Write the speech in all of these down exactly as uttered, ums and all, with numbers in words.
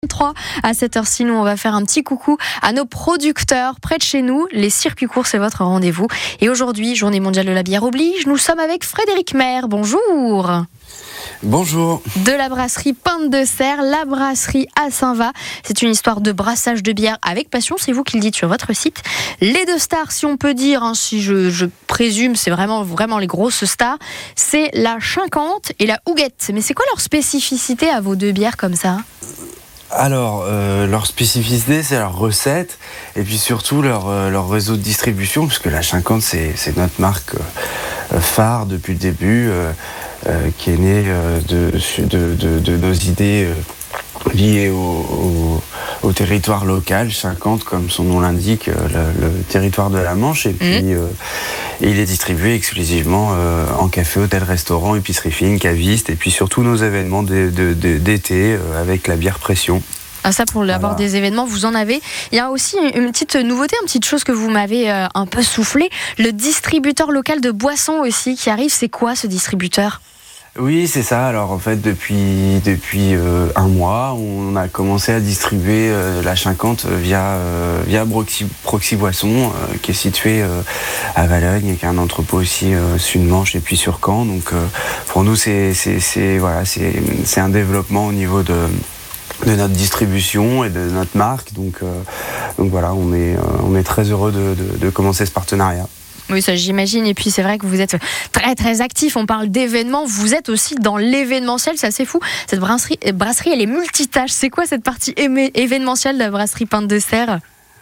trois à cette heure-ci, nous on va faire un petit coucou à nos producteurs près de chez nous. Les circuits courts, c'est votre rendez-vous. Et aujourd'hui, journée mondiale de la bière oblige, nous sommes avec Frédéric Maire. Bonjour. Bonjour. De la brasserie Pinte de Serre, la brasserie à Saint-Va. C'est une histoire de brassage de bière avec passion, c'est vous qui le dites sur votre site. Les deux stars, si on peut dire, hein, si je, je présume, c'est vraiment, vraiment les grosses stars, c'est la Chinquante et la Houguette. Mais c'est quoi leur spécificité à vos deux bières comme ça ? Alors, euh, leur spécificité, c'est leur recette et puis surtout leur, euh, leur réseau de distribution, puisque la Chinquante, c'est, c'est notre marque euh, phare depuis le début, euh, euh, qui est née euh, de, de, de, de nos idées euh, liées au, au, au territoire local, Chinquante, comme son nom l'indique, euh, le, le territoire de la Manche, et puis mmh. euh, et il est distribué exclusivement euh, en café, hôtel, restaurant, épicerie fine, caviste, et puis surtout nos événements de, de, de, d'été euh, avec la bière pression. Ah, ça, pour avoir voilà. Des événements, vous en avez. Il y a aussi une petite nouveauté, une petite chose que vous m'avez euh, un peu soufflé, le distributeur local de boissons aussi qui arrive. C'est quoi ce distributeur ? Oui, c'est ça. Alors en fait, depuis depuis euh, un mois, on a commencé à distribuer euh, la Chinquante via euh, via Proxy, Proxy Boisson, euh, qui est situé euh, à Valognes et qui a un entrepôt aussi euh, Sud-Manche et puis sur Caen. Donc euh, pour nous, c'est c'est c'est voilà, c'est c'est un développement au niveau de de notre distribution et de notre marque. Donc euh, donc voilà, on est euh, on est très heureux de, de de commencer ce partenariat. Oui, ça j'imagine. Et puis c'est vrai que vous êtes très très actif. On parle d'événements. Vous êtes aussi dans l'événementiel. C'est assez fou. Cette brasserie, brasserie elle est multitâche. C'est quoi cette partie éme- événementielle de la brasserie Pinte de Serre ?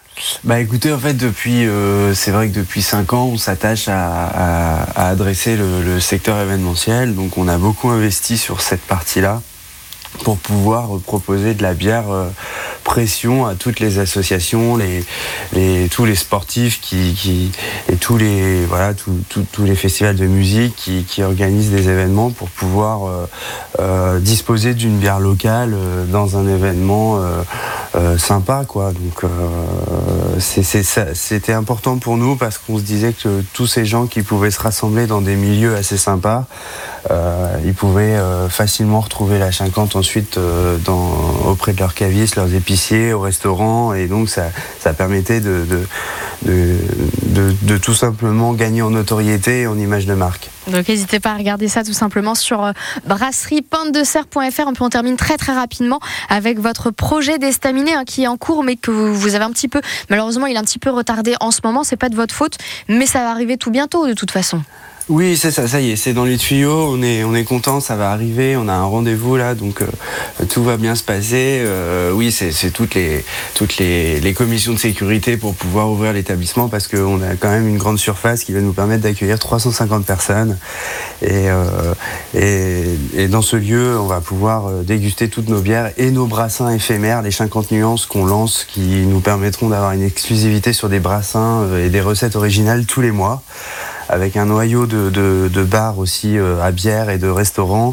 Bah écoutez, en fait, depuis, euh, c'est vrai que depuis cinq ans, on s'attache à, à, à adresser le, le secteur événementiel. Donc on a beaucoup investi sur cette partie-là pour pouvoir proposer de la bière euh, pression à toutes les associations, les, les, tous les sportifs qui, qui, et tous les, voilà, tout, tout, tous les festivals de musique qui, qui organisent des événements pour pouvoir euh, euh, disposer d'une bière locale euh, dans un événement euh, euh, sympa, quoi. Donc, euh, c'est, c'est, ça, c'était important pour nous parce qu'on se disait que tous ces gens qui pouvaient se rassembler dans des milieux assez sympas, euh, ils pouvaient euh, facilement retrouver la Chinquante ensuite euh, dans, auprès de leurs cavistes, leurs épiciers, au restaurant, et donc ça, ça permettait de, de, de, de, de tout simplement gagner en notoriété et en image de marque. Donc n'hésitez pas à regarder ça tout simplement sur euh, brasserie pinte de serre point f r. On termine très très rapidement avec votre projet d'estaminet hein, qui est en cours mais que vous, vous avez un petit peu, malheureusement il est un petit peu retardé en ce moment, c'est pas de votre faute, mais ça va arriver tout bientôt de toute façon. Oui, c'est ça, ça y est, c'est dans les tuyaux, on est, on est content, ça va arriver, on a un rendez-vous là, donc euh, tout va bien se passer. Euh, oui, c'est, c'est toutes les, toutes les, les commissions de sécurité pour pouvoir ouvrir l'établissement parce qu'on a quand même une grande surface qui va nous permettre d'accueillir trois cent cinquante personnes. Et, euh, et, et dans ce lieu, on va pouvoir déguster toutes nos bières et nos brassins éphémères, les cinquante nuances qu'on lance, qui nous permettront d'avoir une exclusivité sur des brassins et des recettes originales tous les mois, avec un noyau de, de, de bars aussi euh, à bière et de restaurants.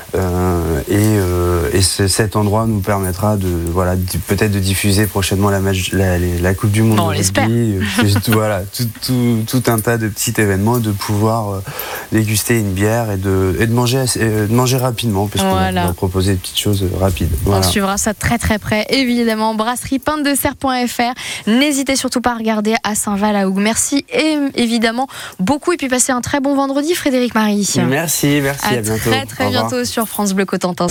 Euh, et, euh, et ce, cet endroit nous permettra de, voilà, de, peut-être de diffuser prochainement la, la, la Coupe du Monde bon, de rugby. Tout, voilà, tout, tout, tout un tas de petits événements, de pouvoir euh, déguster une bière et de, et de, manger, euh, de manger rapidement, parce voilà. qu'on va proposer des petites choses rapides. Voilà. On suivra ça très très près, évidemment. brasserie pinte de serre point f r. N'hésitez surtout pas à regarder à Saint-Va-la-Hougue. Merci et, évidemment beaucoup, et puis passez un très bon vendredi, Frédéric Marie. Merci, merci, à, à bientôt. Très très bientôt sur France Bleu Cotentin.